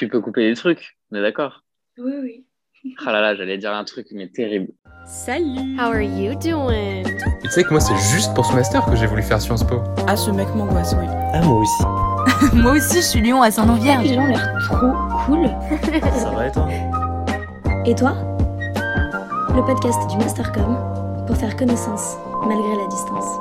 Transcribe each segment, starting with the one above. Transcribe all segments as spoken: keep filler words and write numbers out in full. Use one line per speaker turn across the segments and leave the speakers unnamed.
Tu peux couper des trucs, on est d'accord?
Oui, oui.
Ah là là, j'allais dire un truc, mais terrible.
Salut!
How are you doing?
Et tu sais que moi, c'est juste pour ce master que j'ai voulu faire Sciences Po.
Ah, ce mec m'angoisse, oui.
Ah, moi aussi.
Moi aussi, je suis lion à Saint-Vierge.
Les gens ont l'air trop cool.
Ça va et toi?
Et toi? Le podcast du Mastercom pour faire connaissance malgré la distance.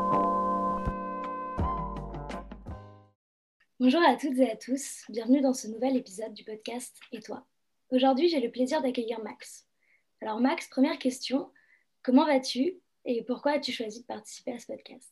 Bonjour à toutes et à tous, bienvenue dans ce nouvel épisode du podcast Et toi? Aujourd'hui, j'ai le plaisir d'accueillir Max. Alors Max, première question, comment vas-tu et pourquoi as-tu choisi de participer à ce podcast?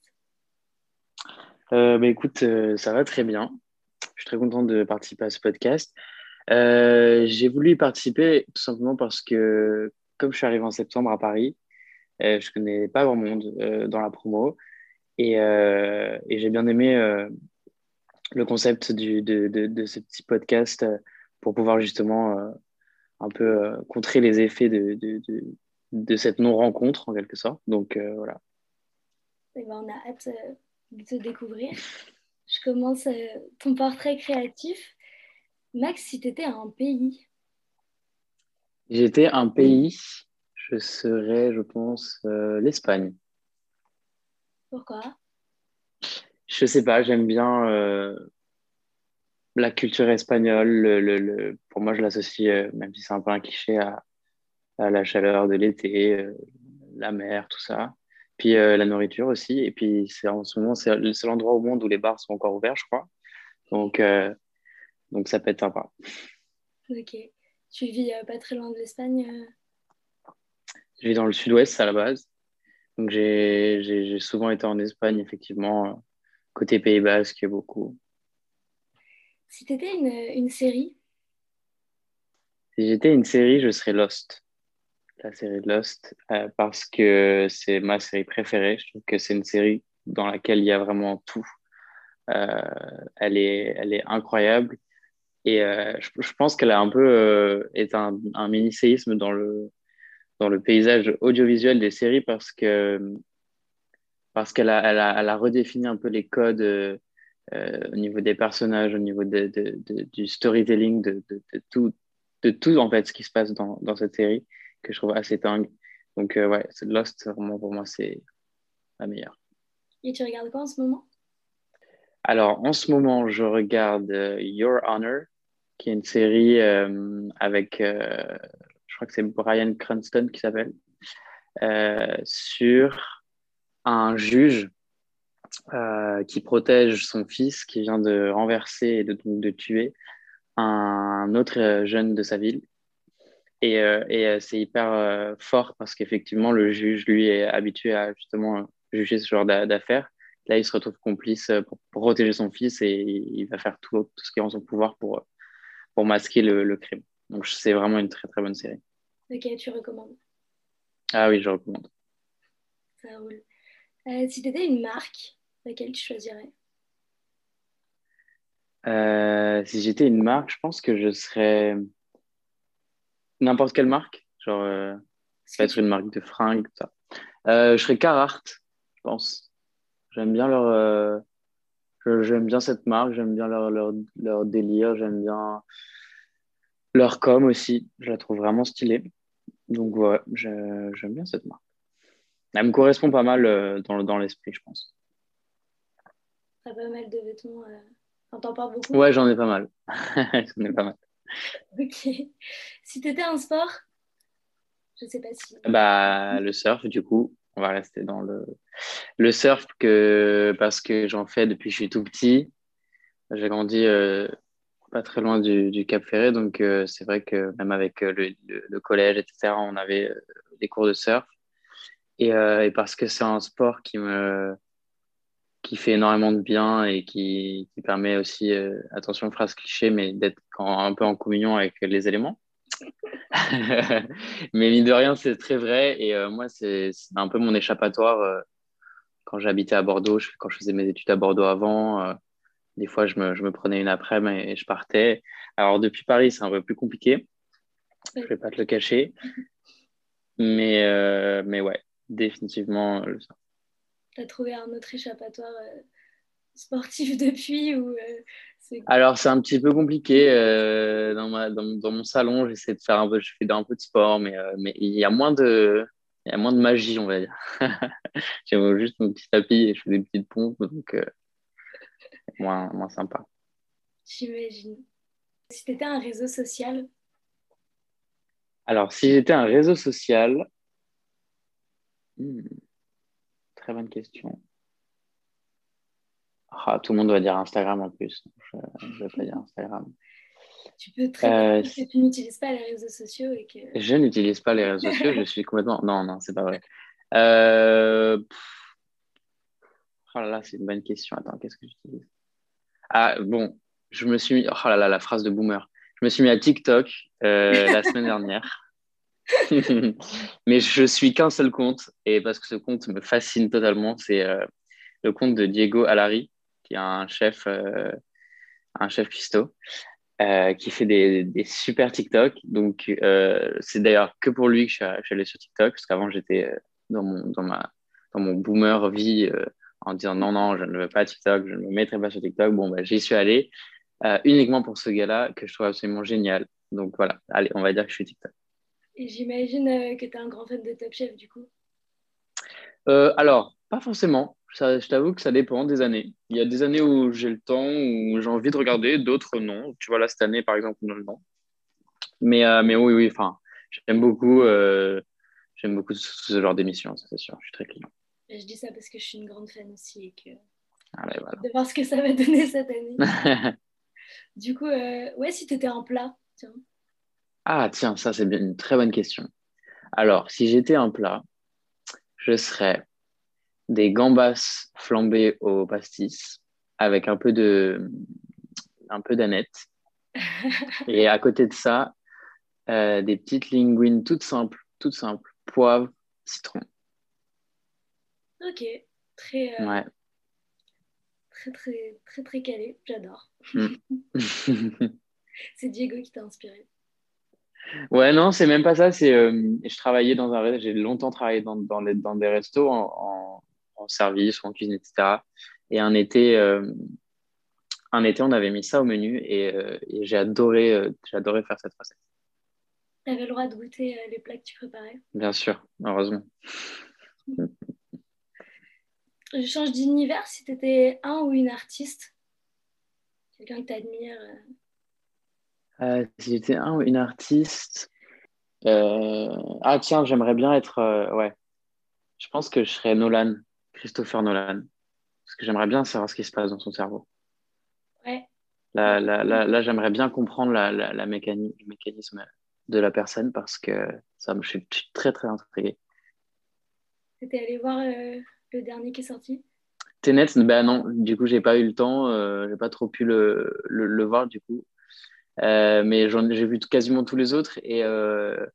Euh, bah, écoute, euh, ça va très bien. Je suis très content de participer à ce podcast. Euh, j'ai voulu y participer tout simplement parce que, comme je suis arrivé en septembre à Paris, euh, je connais pas grand monde euh, dans la promo et, euh, et j'ai bien aimé euh, le concept du, de, de, de ce petit podcast euh, pour pouvoir justement euh, un peu euh, contrer les effets de, de, de, de cette non-rencontre en quelque sorte. Donc euh, voilà.
Eh ben, on a hâte euh, de te découvrir. Je commence euh, ton portrait créatif. Max, si tu étais un pays,
J'étais un pays, je serais, je pense, euh, l'Espagne.
pourquoi?
Je sais pas, j'aime bien euh, la culture espagnole. Le, le, le- pour moi, je l'associe, euh, même si c'est un peu un cliché, à, à la chaleur de l'été, euh, la mer, tout ça. Puis euh, la nourriture aussi. Et puis c'est en ce moment, c'est le seul endroit au monde où les bars sont encore ouverts, je crois. Donc, euh, donc ça peut être sympa.
Ok. Tu vis euh, pas très loin de l'Espagne. euh,
Je vis dans le sud-ouest à la base. Donc j'ai j'ai j'ai souvent été en Espagne, effectivement, euh, côté Pays Basque, beaucoup.
Si tu étais une, une série,
Si j'étais une série, je serais Lost. La série Lost, euh, parce que c'est ma série préférée. Je trouve que c'est une série dans laquelle il y a vraiment tout. Euh, elle est, elle est incroyable et euh, je, je pense qu'elle a un peu euh, est un, un mini-séisme dans le, dans le paysage audiovisuel des séries parce que parce qu'elle a, elle a, elle a redéfini un peu les codes euh, euh, au niveau des personnages, au niveau de, de, de- du storytelling, de, de, de tout, de tout en fait ce qui se passe dans, dans cette série que je trouve assez dingue. Donc euh, ouais, c'est Lost, vraiment pour moi c'est la meilleure.
et tu regardes quoi en ce moment?
Alors en ce moment, je regarde euh, Your Honor, qui est une série euh, avec, euh, je crois que c'est Bryan Cranston qui s'appelle, euh, sur un juge euh, qui protège son fils qui vient de renverser et de, donc de tuer un autre euh, jeune de sa ville. Et, euh, et euh, c'est hyper euh, fort parce qu'effectivement, le juge, lui, est habitué à justement euh, juger ce genre d'a- d'affaires. Là, il se retrouve complice euh, pour, pour protéger son fils et il va faire tout, tout ce qui est en son pouvoir pour, pour masquer le, le crime. Donc, c'est vraiment une très, très bonne série.
Ok, tu recommandes,
Ah oui, je recommande.
ça roule. Euh, si tu étais une marque, laquelle tu choisirais?
Euh, si j'étais une marque, je pense que je serais n'importe quelle marque. Genre, euh,
Est-ce
ça peut
que
être
tu...
une marque de fringues, tout ça. Euh, je serais Carhartt, je pense. J'aime bien leur, euh, je- j'aime bien cette marque, j'aime bien leur, leur, leur délire, j'aime bien leur com aussi. Je la trouve vraiment stylée. Donc, ouais, je- j'aime bien cette marque. Elle me correspond pas mal euh, dans, le- dans l'esprit, je pense.
T'as pas mal de vêtements, euh... enfin, t'en portes beaucoup?
Ouais, j'en ai pas mal. J'en ai pas mal.
Ok. Si tu étais un sport, je sais pas si...
Bah, le surf, du coup, on va rester dans le, le surf que, parce que j'en fais depuis que je suis tout petit. J'ai grandi euh, pas très loin du, du Cap Ferré, donc euh, c'est vrai que même avec euh, le, le, le collège, et cetera, on avait euh, des cours de surf. Et, euh, et parce que c'est un sport qui me, qui fait énormément de bien et qui, qui permet aussi, euh, attention, phrase cliché, mais d'être en- un peu en communion avec les éléments. Mais mine de rien, c'est très vrai. Et euh, moi, c'est c'est un peu mon échappatoire. euh, quand j'habitais à Bordeaux, je- quand je faisais mes études à Bordeaux avant, euh, des fois, je me, je me prenais une après-midi et je partais. Alors, depuis Paris, c'est un peu plus compliqué. Je vais pas te le cacher. Mais, euh, mais ouais, définitivement. euh, le-
T'as trouvé un autre échappatoire euh, sportif depuis ou euh, C'est cool.
Alors, c'est un petit peu compliqué. euh, dans ma, dans, dans mon salon, j'essaie de faire un peu, je fais un peu de sport, mais, euh, mais il y a moins de, il y a moins de magie, on va dire. J'ai juste mon petit tapis et je fais des petites pompes, donc euh, moins, moins sympa.
J'imagine. Si tu étais un réseau social,
Alors, si j'étais un réseau social, hmm, très bonne question. Ah, tout le monde doit dire Instagram en plus. Je ne vais pas dire Instagram.
tu peux très bien
Euh,
dire que tu n'utilises pas les réseaux sociaux et que...
je n'utilise pas les réseaux sociaux, je suis complètement. Non, non, c'est pas vrai. Euh, Oh là là, c'est une bonne question. Attends, qu'est-ce que j'utilise? Ah, bon, je me suis mis. Oh là là, la phrase de boomer. Je me suis mis à TikTok euh, la semaine dernière. Mais je suis qu'un seul compte. Et parce que ce compte me fascine totalement, c'est euh, le compte de Diego Alari, qui est un chef, euh, un chef cuistot, euh, qui fait des, des super TikTok. Donc, euh, c'est d'ailleurs que pour lui que je suis, je suis allé sur TikTok, parce qu'avant, j'étais euh, dans mon, dans ma, dans mon boomer vie euh, en disant non, non, je ne veux pas TikTok, je ne me mettrai pas sur TikTok. Bon, bah, j'y suis allé euh, uniquement pour ce gars-là que je trouve absolument génial. Donc voilà, allez, on va dire que je suis TikTok.
Et j'imagine euh, que tu es un grand fan de Top Chef, du coup.
Euh, alors, pas forcément. Ça, je t'avoue que ça dépend des années. Il y a des années où j'ai le temps, où j'ai envie de regarder, d'autres non. Tu vois, là, cette année, par exemple, non. non. Mais, euh, mais oui, oui, enfin, j'aime beaucoup, euh, j'aime beaucoup ce, ce genre d'émission, ça c'est sûr. Je suis très client.
Et je dis ça parce que je suis une grande fan aussi et que
Allez,
de voir ce que ça va donner cette année.
voilà.
Du coup, euh, ouais, si tu étais en plat, tiens.
Ah, tiens, ça c'est bien une très bonne question. Alors, si j'étais un plat, je serais des gambas flambées au pastis avec un peu de, un peu d'aneth. Et à côté de ça, euh, des petites linguines toutes simples, toutes simples, poivre, citron.
Ok, très, euh,
Ouais.
très, très, très, très calé. J'adore.
Mm.
C'est Diego qui t'a inspiré.
Ouais, non, c'est même pas ça. C'est, euh, je travaillais dans un, ré- j'ai longtemps travaillé dans, dans, les- dans des restos en, en, en service ou en cuisine, et cetera. Et un été, euh, un été, on avait mis ça au menu et, euh, et j'ai adoré, euh, j'ai adoré faire cette recette.
T'avais le droit de goûter euh, les plats que tu préparais.
Bien sûr, heureusement.
Je change d'univers si t'étais un ou une artiste, quelqu'un que t'admires. euh.
Euh, si j'étais un ou une artiste, euh, ah tiens, j'aimerais bien être, euh, ouais, je pense que je serais Nolan, Christopher Nolan, parce que j'aimerais bien savoir ce qui se passe dans son cerveau.
Ouais,
Là, là, là, là, j'aimerais bien comprendre la, la, la mécanique, le mécanisme de la personne parce que ça me, je suis je suis très, très intrigué.
t'étais allé voir euh, le dernier qui est sorti.
Tenet, ben non, du coup, j'ai pas eu le temps, euh, j'ai pas trop pu le, le, le voir du coup. Euh, mais j'en, j'ai vu quasiment tous les autres et, euh,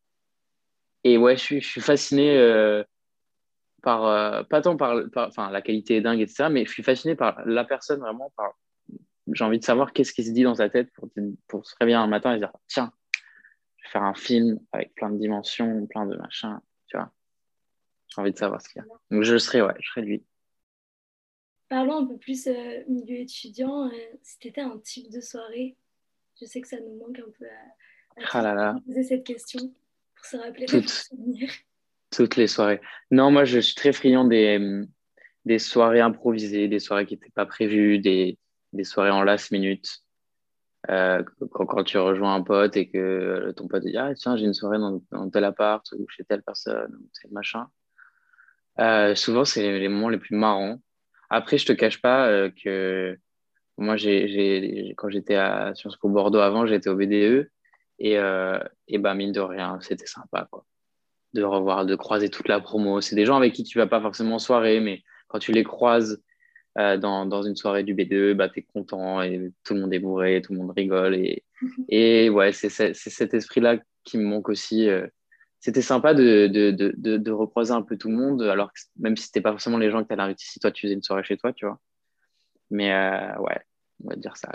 et ouais, je suis, je suis fasciné euh, par, euh, pas tant par, par, enfin, la qualité est dingue, et cetera, mais je suis fasciné par la personne vraiment, par, j'ai envie de savoir qu'est-ce qui se dit dans sa tête pour, pour se réveiller un matin et dire, tiens, je vais faire un film avec plein de dimensions, plein de machins, tu vois. J'ai envie de savoir ce qu'il y a. Donc je serais, ouais, je serais lui.
Parlons un peu plus euh, milieu étudiant. euh, si t'étais un type de soirée, je sais que ça nous manque un peu à, à
Ah
tous
là
de
là,
poser cette question pour se rappeler des bons
toutes,
souvenirs.
toutes les soirées. Non, moi je suis très friand des, des soirées improvisées, des soirées qui n'étaient pas prévues, des, des soirées en last minute. Euh, quand, quand tu rejoins un pote et que ton pote te dit, ah tiens, j'ai une soirée dans, dans tel appart ou chez telle personne ou tel machin. Euh, souvent, c'est les, les moments les plus marrants. Après, je te cache pas euh, que moi, j'ai, j'ai, quand j'étais à Sciences Po Bordeaux avant, j'étais au B D E et, euh, et bah, mine de rien, c'était sympa, quoi. De revoir, de croiser toute la promo. C'est des gens avec qui tu vas pas forcément en soirée, mais quand tu les croises euh, dans, dans une soirée du B D E, bah, tu es content et tout le monde est bourré, tout le monde rigole. Et, et ouais, c'est, c'est, c'est cet esprit-là qui me manque aussi. euh. C'était sympa de, de, de, de, de recroiser un peu tout le monde, alors que même si c'était pas forcément les gens que tu allais inviter si toi tu faisais une soirée chez toi, tu vois. Mais euh, ouais, on va dire ça.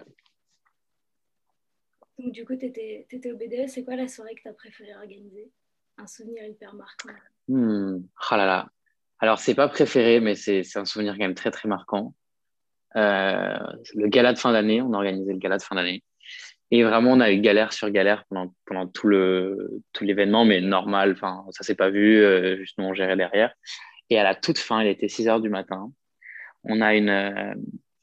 Donc du coup, t'étais, t'étais au B D E. C'est quoi la soirée que t'as préféré organiser? Un souvenir hyper marquant.
Hmm. Ah là là. Alors, c'est pas préféré, mais c'est c'est un souvenir quand même très, très marquant. Euh, le gala de fin d'année, on a organisé le gala de fin d'année. Et vraiment, on a eu galère sur galère pendant, pendant tout le, tout l'événement, mais normal, enfin, ça s'est pas vu, euh, juste nous, on gérait derrière. Et à la toute fin, il était six heures du matin. On a une, euh,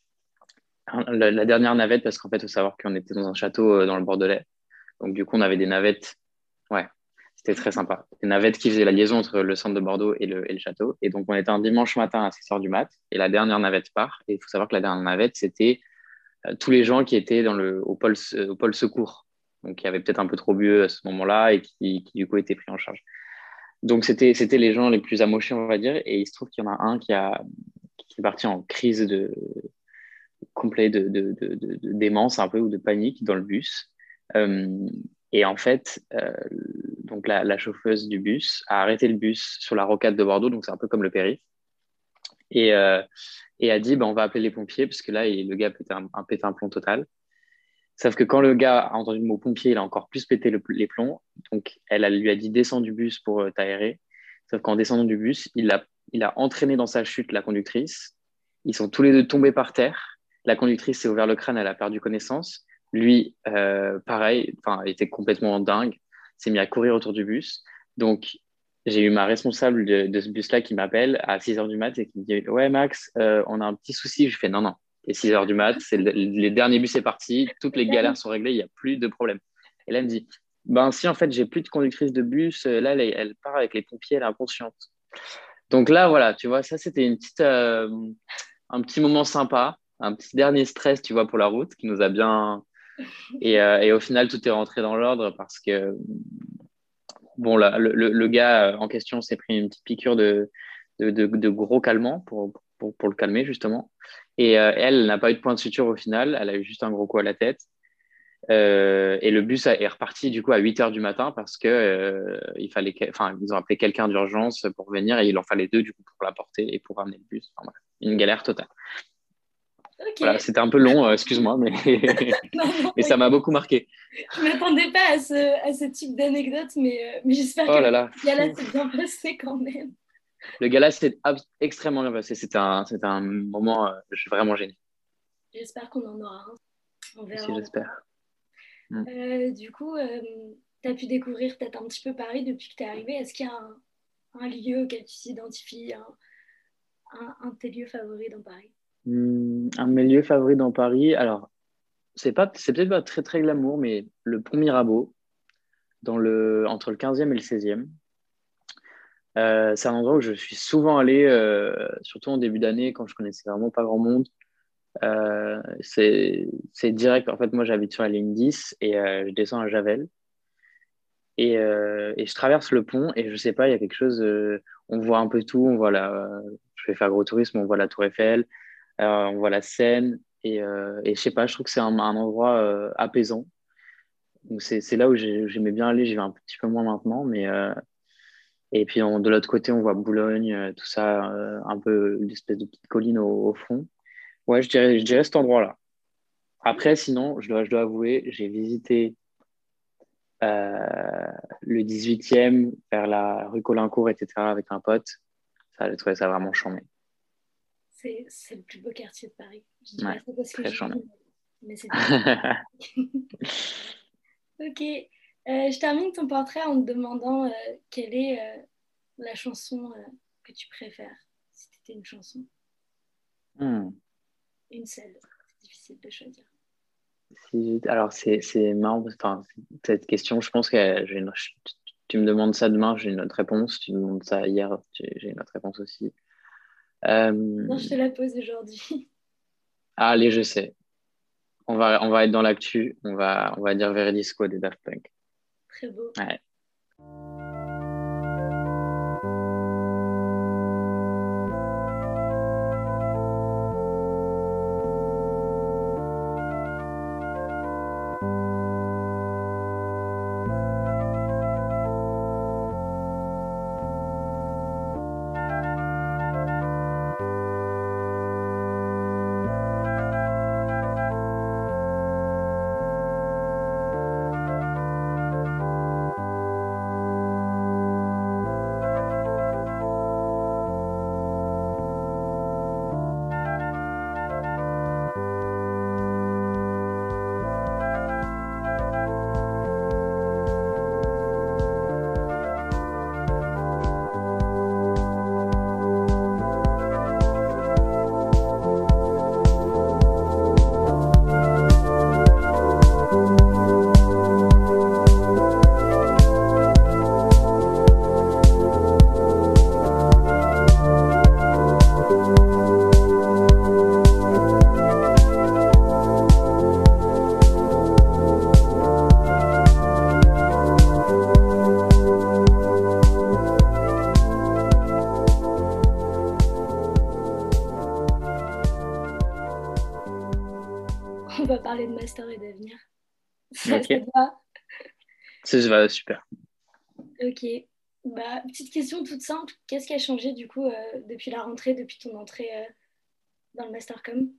la, la dernière navette, parce qu'en fait, il faut savoir qu'on était dans un château euh, dans le Bordelais. Donc, du coup, on avait des navettes. Ouais, c'était très sympa. Des navettes qui faisaient la liaison entre le centre de Bordeaux et le, et le château. Et donc, on était un dimanche matin à six heures du mat. Et la dernière navette part. Et il faut savoir que la dernière navette, c'était euh, tous les gens qui étaient dans le, au, pôle, au pôle secours. Donc, qui avaient peut-être un peu trop bu à ce moment-là et qui, qui, du coup, étaient pris en charge. Donc, c'était, c'était les gens les plus amochés, on va dire. Et il se trouve qu'il y en a un qui, a, qui est parti en crise de, complet de, de, de, de, de démence un peu ou de panique dans le bus. Euh, et en fait, euh, donc la, la chauffeuse du bus a arrêté le bus sur la rocade de Bordeaux, donc c'est un peu comme le périph', et, euh, et a dit bah, on va appeler les pompiers, parce que là, il, le gars a pété un, un, pété un plomb total. Sauf que quand le gars a entendu le mot pompier, il a encore plus pété le, les plombs. Donc, elle, elle lui a dit descends du bus pour euh, t'aérer. Sauf qu'en descendant du bus, il a, il a entraîné dans sa chute la conductrice. Ils sont tous les deux tombés par terre. La conductrice s'est ouvert le crâne, elle a perdu connaissance. Lui, euh, pareil, enfin, il était complètement dingue. Il s'est mis à courir autour du bus. Donc, j'ai eu ma responsable de, de ce bus-là qui m'appelle à six heures du mat et qui me dit ouais, Max, euh, on a un petit souci. Je fais non, non. Et six heures du mat, c'est le, les derniers bus est parti, toutes les galères sont réglées, il n'y a plus de problème. Et là, elle me dit, ben si en fait, j'ai plus de conductrice de bus, là, elle, elle part avec les pompiers, elle est inconsciente. Donc là, voilà, tu vois, ça, c'était une petite, euh, un petit moment sympa, un petit dernier stress, tu vois, pour la route, qui nous a bien... Et, euh, et au final, tout est rentré dans l'ordre parce que, bon, là, le, le, le gars en question s'est pris une petite piqûre de, de, de, de gros calmant pour, pour, pour le calmer, justement. Et euh, elle n'a pas eu de point de suture au final. Elle a eu juste un gros coup à la tête. Euh, et le bus est reparti du coup à huit heures du matin parce que euh, il fallait, enfin, ils ont appelé quelqu'un d'urgence pour venir et il en fallait deux du coup pour la porter et pour ramener le bus. Enfin, bref, une galère totale.
Okay.
Voilà, c'était un peu long, euh, excuse-moi, mais,
non, non,
mais ça m'a beaucoup marqué.
Je ne m'attendais pas à ce, à ce type d'anecdote, mais, euh, mais j'espère
oh
que
là là.
le gala s'est bien passé quand même.
Le gala s'est extrêmement bien passé. C'était un, c'était un moment euh, vraiment génial.
J'espère qu'on en aura un. On verra.
Si, j'espère.
Euh, du coup, euh, tu as pu découvrir peut-être un petit peu Paris depuis que tu es arrivé. Est-ce qu'il y a un, un lieu auquel tu t'identifies, un, un, un de tes lieux favoris dans Paris?
Mmh, un de mes lieux favoris dans Paris, alors, c'est pas, c'est peut-être pas très très glamour, mais le pont Mirabeau, dans le, entre le quinzième et le seizième. Euh, c'est un endroit où je suis souvent allé, euh, surtout en début d'année, quand je connaissais vraiment pas grand monde. Euh, c'est, c'est direct. En fait, moi, j'habite sur la ligne dix et euh, je descends à Javel. Et, euh, et je traverse le pont et je sais pas, il y a quelque chose. Euh, on voit un peu tout. On voit la, je vais faire gros tourisme. On voit la Tour Eiffel, euh, on voit la Seine et, euh, et je sais pas. Je trouve que c'est un, un endroit euh, apaisant. Donc c'est, c'est là où j'ai- j'aimais bien aller. J'y vais un petit peu moins maintenant, mais euh, et puis on- de l'autre côté, on voit Boulogne, euh, tout ça, euh, un peu une espèce de petite colline au, au fond. Ouais, je dirais, je dirais cet endroit-là. Après, sinon, je dois, je dois avouer, j'ai visité euh, le dix-huitième vers la rue Colincourt, et cetera avec un pote. Ça, j'ai trouvé ça vraiment charmé.
C'est, c'est le plus beau quartier de Paris. Je dirais
Ouais,
ça parce que
très
j'y
charmé.
vis, mais c'est Ok. Euh, je termine ton portrait en te demandant euh, quelle est euh, la chanson euh, que tu préfères, si c'était une chanson.
Hmm.
Une seule. C'est difficile de choisir.
Si- alors, c'est, c'est marrant, parce que, enfin, cette question, je pense que j'ai une- tu me demandes ça demain, j'ai une autre réponse. Tu me demandes ça hier, j'ai j'ai une autre réponse aussi. Euh,
Non, je te la pose aujourd'hui.
Ah, allez, je sais. On va, on va être dans l'actu. On va, on va dire Veridisco des Daft Punk.
Très beau.
Ouais.
Ça,
Ok,
ça te va?
ça se va super.
Ok. Bah, petite question toute simple. Qu'est-ce qui a changé du coup euh, depuis la rentrée, depuis ton entrée euh, dans le Mastercom?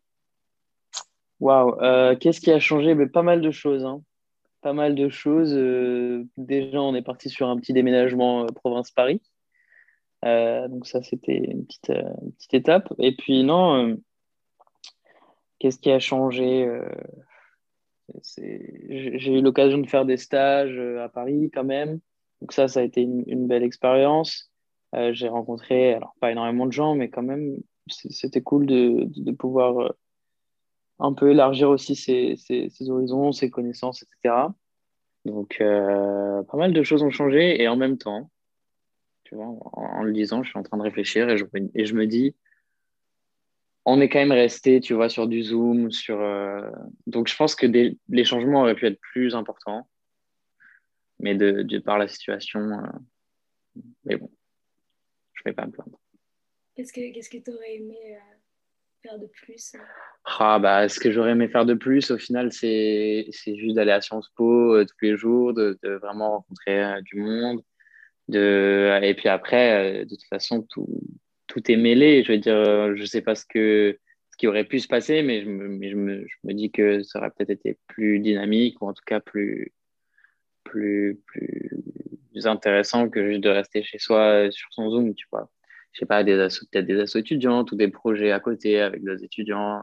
Waouh, euh, qu'est-ce qui a changé? Mais pas mal de choses, hein. Pas mal de choses. Euh, déjà, on est parti sur un petit déménagement euh, province-Paris. Euh, donc ça, c'était une petite, euh, une petite étape. Et puis non, euh, qu'est-ce qui a changé? Euh, c'est... J'ai j'ai eu l'occasion de faire des stages euh, à Paris quand même. Donc ça, ça a été une, une belle expérience. Euh, j'ai rencontré, alors pas énormément de gens, mais quand même, c- c'était cool de, de, de pouvoir euh, un peu élargir aussi ses, ses, ses horizons, ses connaissances, et cetera. Donc, euh, pas mal de choses ont changé et en même temps, tu vois, en, en le disant, je suis en train de réfléchir et je, me- et je me dis, on est quand même resté, tu vois, sur du Zoom, sur. euh, Donc, je pense que des- les changements auraient pu être plus importants, mais de, de par la situation, euh, mais bon, je ne vais pas me plaindre.
Qu'est-ce que qu'est-ce que tu aurais aimé euh, faire de plus? euh
Ah, bah, ce que j'aurais aimé faire de plus, au final, c'est c'est juste d'aller à Sciences Po euh, tous les jours, de, de vraiment rencontrer euh, du monde. De... Et puis après, euh, de toute façon, tout, tout est mêlé. Je veux dire, euh, je sais pas ce que, ce qui aurait pu se passer, mais je me, mais je me, je me dis que ça aurait peut-être été plus dynamique ou en tout cas plus, plus, plus intéressant que juste de rester chez soi euh, sur son Zoom, tu vois. Je sais pas, des assos, peut-être des assos étudiantes ou des projets à côté avec d'autres étudiants.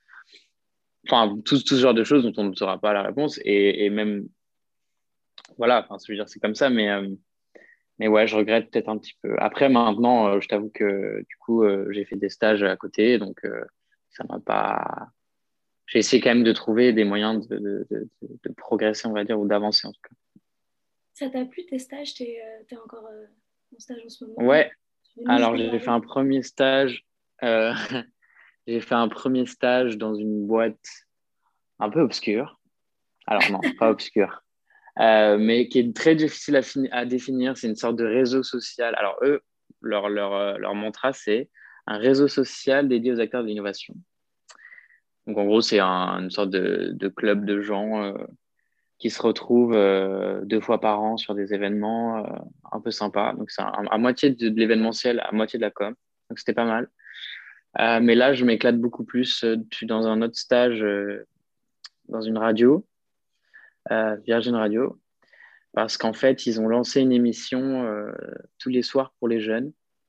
Enfin, tout, tout ce genre de choses dont on ne saura pas la réponse. Et, et même, voilà, enfin, je veux dire, c'est comme ça, mais. euh, Mais ouais, je regrette peut-être un petit peu. Après, maintenant, euh, je t'avoue que du coup, euh, j'ai fait des stages à côté, donc euh, ça m'a pas. J'ai essayé quand même de trouver des moyens de, de, de, de progresser, on va dire, ou d'avancer en tout cas.
Ça t'a plu tes stages? T'es euh, t'es encore euh, en stage en ce moment?
Ouais,
Tu fais Nice
alors j'ai fait un premier stage. euh, j'ai fait un premier stage dans une boîte un peu obscure. Alors non, pas obscure, euh, mais qui est très difficile à, fini- à définir. C'est une sorte de réseau social. Alors eux, leur, leur, euh, leur mantra, c'est un réseau social dédié aux acteurs de l'innovation. Donc en gros, c'est un- une sorte de, de club de gens euh, qui se retrouvent euh, deux fois par an sur des événements euh, un peu sympas. Donc c'est un- à moitié de, de l'événementiel, à moitié de la com. Donc c'était pas mal. Euh, mais là, je m'éclate beaucoup plus. Euh, Je suis dans un autre stage euh, dans une radio, euh, Virgin Radio, parce qu'en fait, ils ont lancé une émission euh, tous les soirs pour les jeunes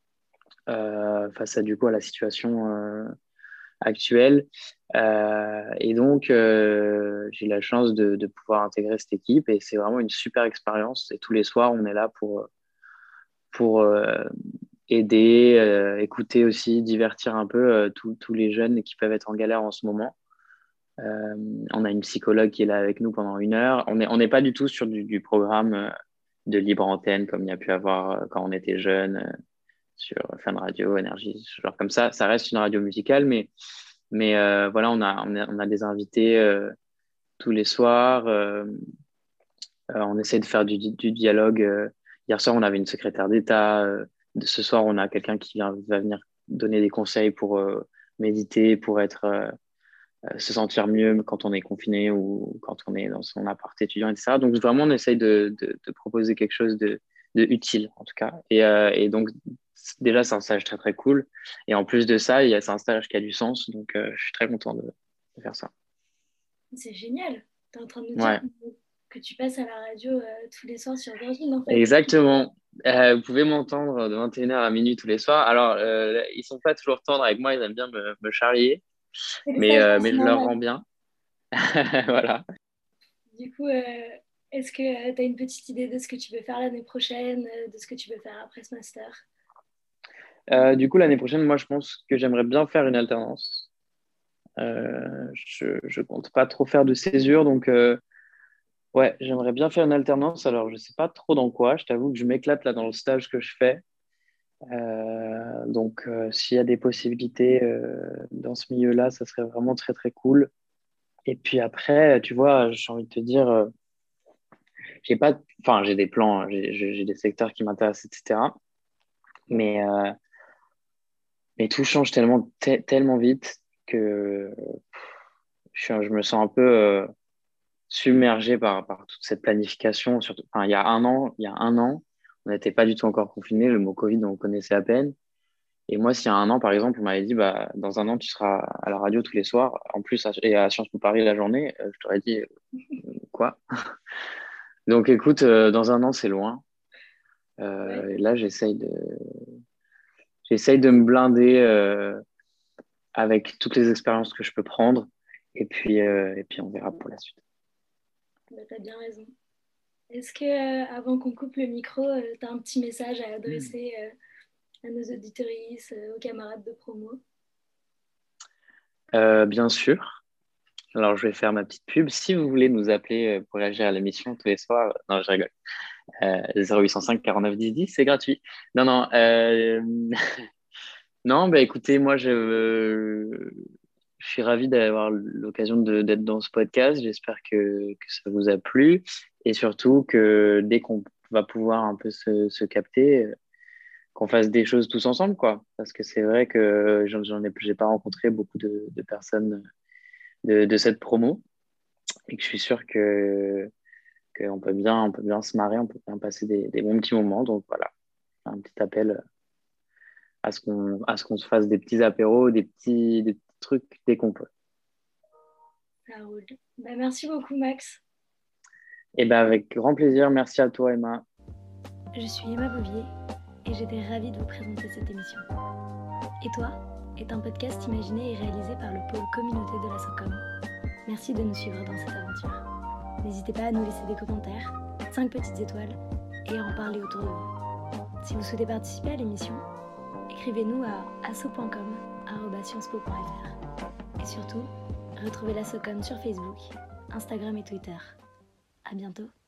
euh, face à du coup à la situation euh, actuelle. Euh, et donc, euh, j'ai eu la chance de, de pouvoir intégrer cette équipe et c'est vraiment une super expérience. Et tous les soirs, on est là pour, pour euh, aider, euh, écouter aussi, divertir un peu euh, tous tous les jeunes qui peuvent être en galère en ce moment. Euh, on a une psychologue qui est là avec nous pendant une heure. On n'est on n'est pas du tout sur du, du programme euh, de libre antenne comme il y a pu avoir euh, quand on était jeune euh, sur Fun Radio, Énergie, ce genre comme ça. Ça reste une radio musicale, mais, mais euh, voilà, on a, on a, on a des invités euh, tous les soirs. Euh, euh, on essaie de faire du, du dialogue. Euh. Hier soir, on avait une secrétaire d'État. Euh, de- ce soir, on a quelqu'un qui vient, va venir donner des conseils pour euh, méditer, pour être, euh, euh, se sentir mieux quand on est confiné ou quand on est dans son appart étudiant, et cetera. Donc, vraiment, on essaye de, de, de proposer quelque chose de, de utile, en tout cas. Et, euh, et donc, déjà, c'est un stage très, très cool. Et en plus de ça, il y a, c'est un stage qui a du sens. Donc, euh, je suis très content de, de faire ça.
C'est génial. Tu es en train de nous dire
Ouais,
que, que tu passes à la radio euh, tous les soirs sur Virgin, en fait.
exactement. Euh, vous pouvez m'entendre de vingt et une heures à minuit tous les soirs. Alors, euh, ils sont pas toujours tendres avec moi, ils aiment bien me, me charrier,
C'est les
mais, euh,
stagiaires,
mais
c'est
je leur
normal.
rends bien. Voilà.
Du coup, euh, est-ce que tu as une petite idée de ce que tu veux faire l'année prochaine, euh, de ce que tu veux faire après ce master?
Euh, du coup, l'année prochaine, moi, je pense que j'aimerais bien faire une alternance. Euh, je, je compte pas trop faire de césure, donc euh, ouais, j'aimerais bien faire une alternance. Alors, je sais pas trop dans quoi. Je t'avoue que je m'éclate là dans le stage que je fais. Euh, donc, euh, s'il y a des possibilités euh, dans ce milieu-là, ça serait vraiment très très cool. Et puis après, tu vois, j'ai envie de te dire, euh, j'ai pas, enfin, j'ai des plans, hein, j'ai j'ai- j'ai des secteurs qui m'intéressent, et cetera. Mais euh, mais tout change tellement te- tellement vite que je, suis- je me sens un peu euh, submergé par, par toute cette planification. Surtout, enfin, il y a un an, il y a un an, on n'était pas du tout encore confiné. Le mot Covid, on connaissait à peine. Et moi, s'il y a un an, par exemple, on m'avait dit, bah, dans un an, tu seras à la radio tous les soirs, en plus, à- et à Sciences Po Paris la journée, euh, je t'aurais dit, euh, quoi? Donc, écoute, euh, dans un an, c'est loin. Euh,
Ouais.
et là, j'essaye de, j'essaye de me blinder euh, avec toutes les expériences que je peux prendre. Et puis, euh, et puis, on verra pour la suite.
Bah, t'as bien raison. Est-ce que, euh, avant qu'on coupe le micro, tu as un petit message à adresser euh, à nos auditeuristes, euh, aux camarades de promo?
Euh, bien sûr. Alors, je vais faire ma petite pub. Si vous voulez nous appeler euh, pour réagir à l'émission tous les soirs, non, je rigole. Euh, zéro huit cent cinq quarante-neuf dix dix, c'est gratuit. Non, non. euh, Non, bah écoutez, moi, je, je suis ravi d'avoir l'occasion de- d'être dans ce podcast. J'espère que, que ça vous a plu et surtout que dès qu'on va pouvoir un peu se, se capter, euh, qu'on fasse des choses tous ensemble, quoi. Parce que c'est vrai que j'en j'en ai, j'ai pas rencontré beaucoup de, de personnes de, de cette promo et que je suis sûr que qu'on peut bien, on peut bien se marrer, on peut bien passer des, des bons petits moments. Donc voilà, un petit appel à ce qu'on à ce qu'on se fasse des petits apéros, des petits, des petits trucs dès qu'on peut.
Ça roule. Bah, merci beaucoup, Max.
Et ben avec grand plaisir. Merci à toi, Emma.
Je suis Emma Bouvier et j'étais ravie de vous présenter cette émission. Et toi est un podcast imaginé et réalisé par le pôle communauté de la SOCOM. Merci de nous suivre dans cette aventure. N'hésitez pas à nous laisser des commentaires, cinq petites étoiles et à en parler autour de vous. Si vous souhaitez participer à l'émission, écrivez-nous à asso point com arobase sciences po point f r. Et surtout, retrouvez la SOCOM sur Facebook, Instagram et Twitter. À bientôt.